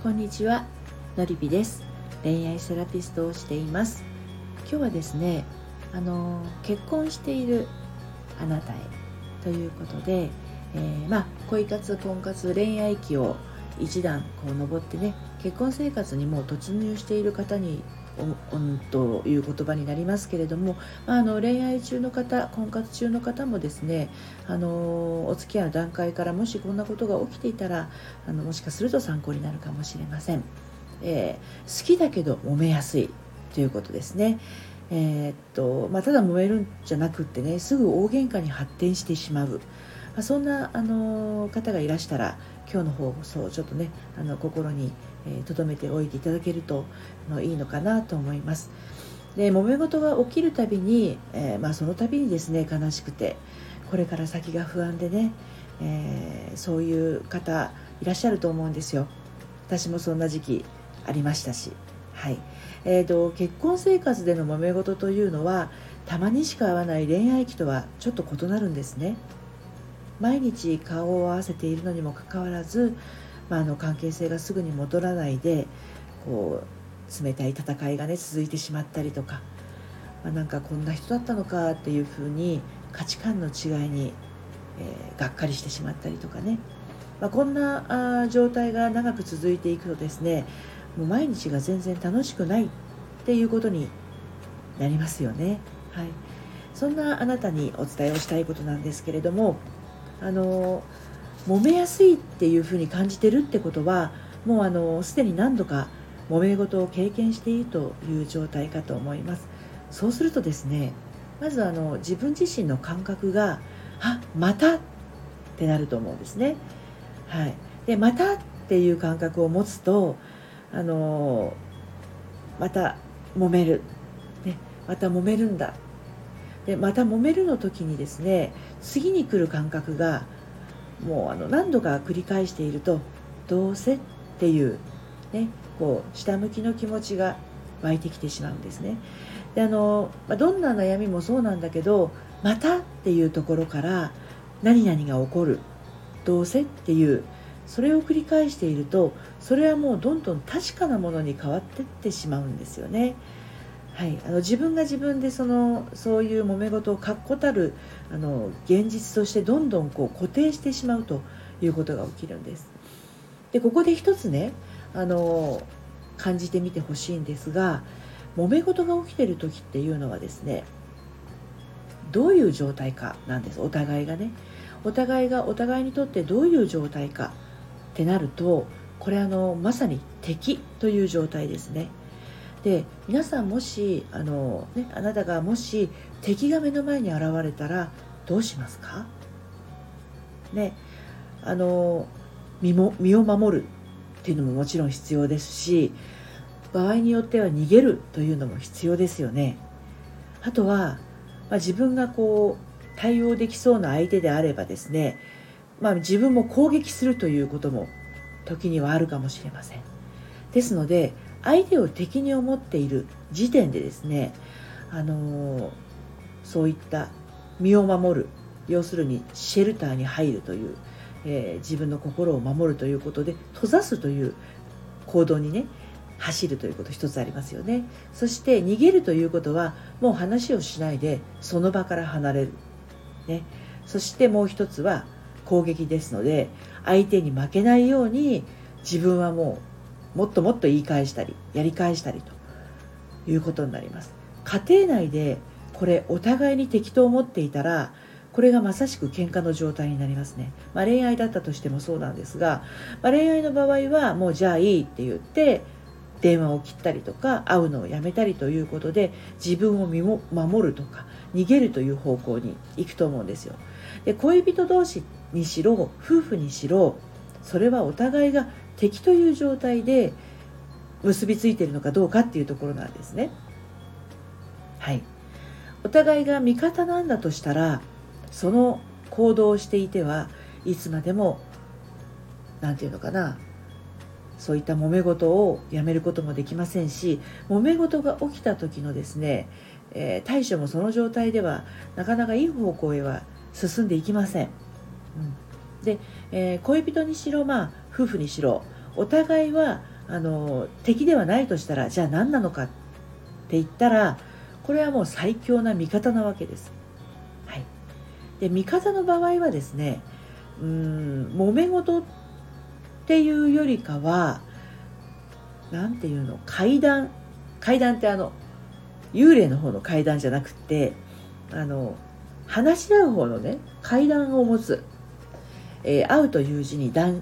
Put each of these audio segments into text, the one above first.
こんにちは、のりぴです。恋愛セラピストをしています。今日はですね、結婚しているあなたへということで、恋活、婚活、恋愛期を一段登ってね、結婚生活にもう突入している方にという言葉になりますけれども、恋愛中の方、婚活中の方もですね、お付き合いの段階からもしこんなことが起きていたらもしかすると参考になるかもしれません。好きだけど揉めやすいということですね。ただ揉めるんじゃなくってね、すぐ大喧嘩に発展してしまう、そんな方がいらしたら、今日の放送をちょっとね心に留めておいていただけるといいのかなと思います。で、揉め事が起きるたびに、その度にですね、悲しくてこれから先が不安でね、そういう方いらっしゃると思うんですよ。私もそんな時期ありましたし、はい。結婚生活での揉め事というのは、たまにしか会わない恋愛期とはちょっと異なるんですね。毎日顔を合わせているのにもかかわらず、関係性がすぐに戻らないで、冷たい戦いがね続いてしまったりとか、なんかこんな人だったのかっていうふうに価値観の違いに、がっかりしてしまったりとかね、こんな状態が長く続いていくとですね、もう毎日が全然楽しくないっていうことになりますよね。はい。そんなあなたにお伝えをしたいことなんですけれども、揉めやすいっていうふうに感じてるってことは、もうすでに何度か揉め事を経験しているという状態かと思います。そうするとですね、まず自分自身の感覚がまたってなると思うんですね。はい。で、またっていう感覚を持つと、また揉める、ね、また揉めるんだ。で、また揉めるの時にですね、次に来る感覚がもう何度か繰り返していると、どうせっていうね、下向きの気持ちが湧いてきてしまうんですね。で、どんな悩みもそうなんだけど、またっていうところから何々が起こる、どうせっていう、それを繰り返していると、それはもうどんどん確かなものに変わっていってしまうんですよね。はい、自分が自分でそういう揉め事を確固たる現実としてどんどん固定してしまうということが起きるんです。で、ここで一つね、感じてみてほしいんですが、揉め事が起きている時っていうのはですね、どういう状態かなんです。お互いがね、お互いがお互いにとってどういう状態かってなると、これまさに敵という状態ですね。で、皆さんもしあなたがもし敵が目の前に現れたらどうしますかね。身を守るっていうのももちろん必要ですし、場合によっては逃げるというのも必要ですよね。あとは、自分が対応できそうな相手であればですね、自分も攻撃するということも時にはあるかもしれません。ですので、相手を敵に思っている時点でですね、そういった身を守る、要するにシェルターに入るという、自分の心を守るということで閉ざすという行動にね走るということ一つありますよね。そして逃げるということは、もう話をしないでその場から離れる、ね。そしてもう一つは攻撃ですので、相手に負けないように自分はもっともっと言い返したりやり返したりということになります。家庭内でこれお互いに敵と思っていたら、これがまさしく喧嘩の状態になりますね。恋愛だったとしてもそうなんですが、恋愛の場合はもうじゃあいいって言って電話を切ったりとか会うのをやめたりということで、自分を守るとか逃げるという方向に行くと思うんですよ。で、恋人同士にしろ夫婦にしろ、それはお互いが敵という状態で結びついているのかどうかっていうところなんですね。はい。お互いが味方なんだとしたら、その行動をしていてはいつまでもそういった揉め事をやめることもできませんし、揉め事が起きた時のですね、対処もその状態ではなかなかいい方向へは進んでいきません。で、恋人にしろ夫婦にしろ、お互いは敵ではないとしたら、じゃあ何なのかって言ったら、これはもう最強な味方なわけです。はい、で味方の場合はですね、揉め事っていうよりかは、なんていうの、階段って幽霊の方の階段じゃなくて、話し合う方のね、階段を持つ、会うという字に談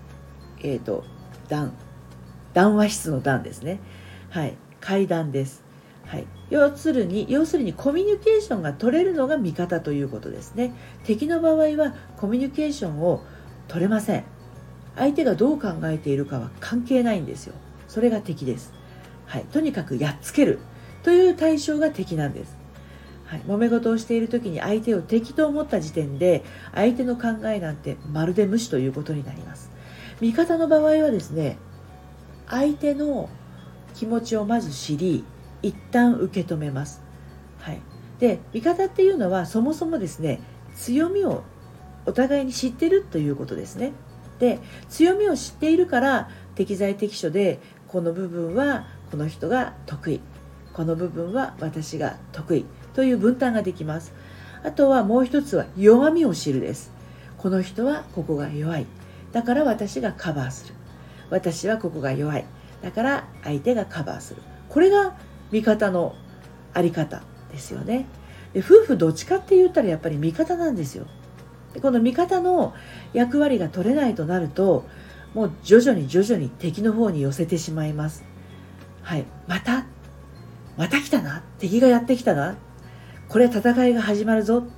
話室の談ですね。はい、階段です。はい、要するにコミュニケーションが取れるのが味方ということですね。敵の場合はコミュニケーションを取れません。相手がどう考えているかは関係ないんですよ。それが敵です。はい、とにかくやっつけるという対象が敵なんです。はい、揉め事をしている時に相手を敵と思った時点で、相手の考えなんてまるで無視ということになります。味方の場合はですね、相手の気持ちをまず知り、一旦受け止めます。はい、で味方っていうのはそもそもですね、強みをお互いに知っているということですね。で強みを知っているから、適材適所でこの部分はこの人が得意、この部分は私が得意という分担ができます。あとはもう一つは弱みを知るです。この人はここが弱い、だから私がカバーする。私はここが弱い、だから相手がカバーする。これが味方のあり方ですよね。で夫婦どっちかって言ったらやっぱり味方なんですよ。でこの味方の役割が取れないとなると、もう徐々に敵の方に寄せてしまいます。はい、また来たな、敵がやってきたな、これ戦いが始まるぞ、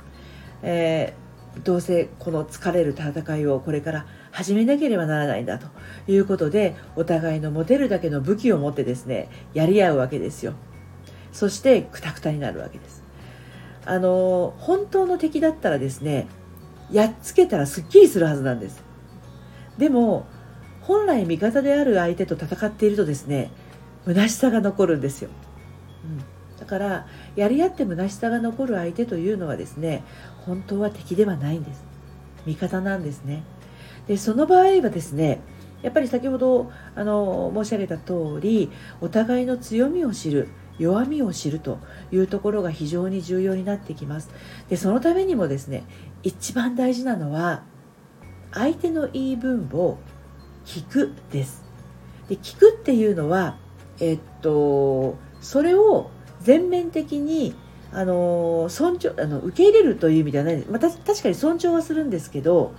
どうせこの疲れる戦いをこれから始めなければならないんだということで、お互いの持てるだけの武器を持ってですね、やり合うわけですよ。そしてクタクタになるわけです。本当の敵だったらですね、やっつけたらすっきりするはずなんです。でも本来味方である相手と戦っているとですね、虚しさが残るんですよ。だからやり合って虚しさが残る相手というのはですね、本当は敵ではないんです。味方なんですね。でその場合はですね、やっぱり先ほど申し上げた通り、お互いの強みを知る、弱みを知るというところが非常に重要になってきます。でそのためにもですね、一番大事なのは相手の言い分を聞くです。で聞くっていうのは、それを全面的に尊重受け入れるという意味ではない、確かに尊重はするんですけど、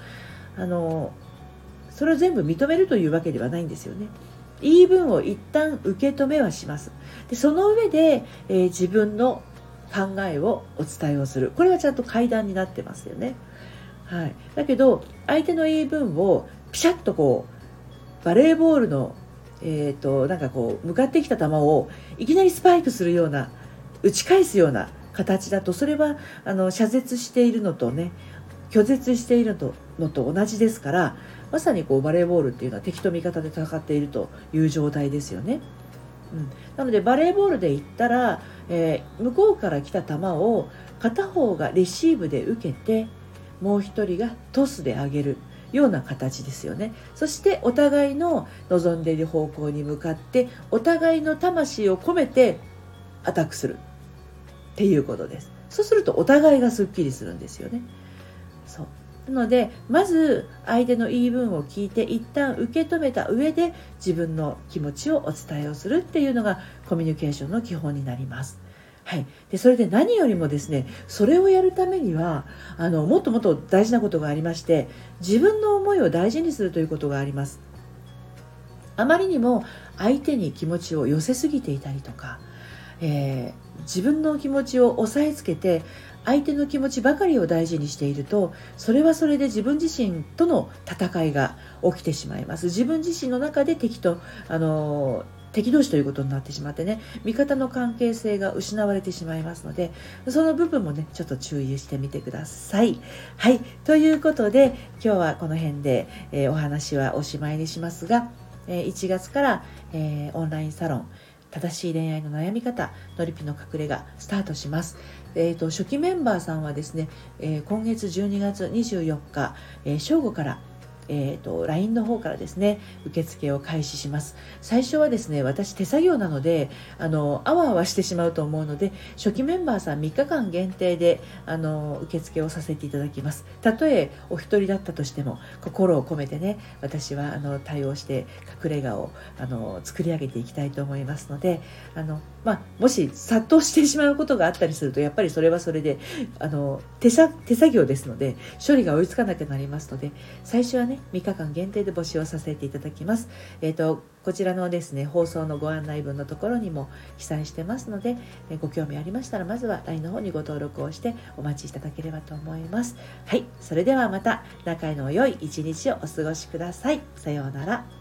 それを全部認めるというわけではないんですよね。言い分を一旦受け止めはします。でその上で、自分の考えをお伝えをする。これはちゃんと階段になってますよね。はい、だけど相手の言い分をピシャッとこうバレーボールの、なんかこう向かってきた球をいきなりスパイクするような、打ち返すような形だと、それは遮絶しているのとね、拒絶しているのと同じですから、まさにこうバレーボールっていうのは敵と味方で戦っているという状態ですよね。なのでバレーボールで言ったら、向こうから来た球を片方がレシーブで受けて、もう一人がトスで上げるような形ですよね。そしてお互いの望んでいる方向に向かってお互いの魂を込めてアタックするっていうことです。そうするとお互いがすっきりするんですよね。そうなので、まず相手の言い分を聞いて一旦受け止めた上で自分の気持ちをお伝えをするっていうのがコミュニケーションの基本になります。はい、でそれで何よりもですね、それをやるためにはもっともっと大事なことがありまして、自分の思いを大事にするということがあります。あまりにも相手に気持ちを寄せすぎていたりとか、自分の気持ちを抑えつけて相手の気持ちばかりを大事にしていると、それはそれで自分自身との戦いが起きてしまいます。自分自身の中で敵同士ということになってしまってね、味方の関係性が失われてしまいますので、その部分もねちょっと注意してみてください。はい、ということで今日はこの辺で、お話はおしまいにしますが、1月から、オンラインサロン正しい恋愛の悩み方のりぴの隠れがスタートします。初期メンバーさんはですね、今月12月24日、正午から LINE の方からですね受付を開始します。最初はですね私手作業なのであわあわしてしまうと思うので、初期メンバーさん3日間限定で受付をさせていただきます。たとえお一人だったとしても心を込めてね、私は対応して隠れ家を作り上げていきたいと思いますので、もし殺到してしまうことがあったりすると、やっぱりそれはそれで手作業ですので処理が追いつかなくなりますので、最初はね3日間限定で募集をさせていただきます。こちらのですね放送のご案内文のところにも記載してますので、ご興味ありましたらまずは LINE の方にご登録をしてお待ちいただければと思います。はい、それではまた仲の良い一日をお過ごしください。さようなら。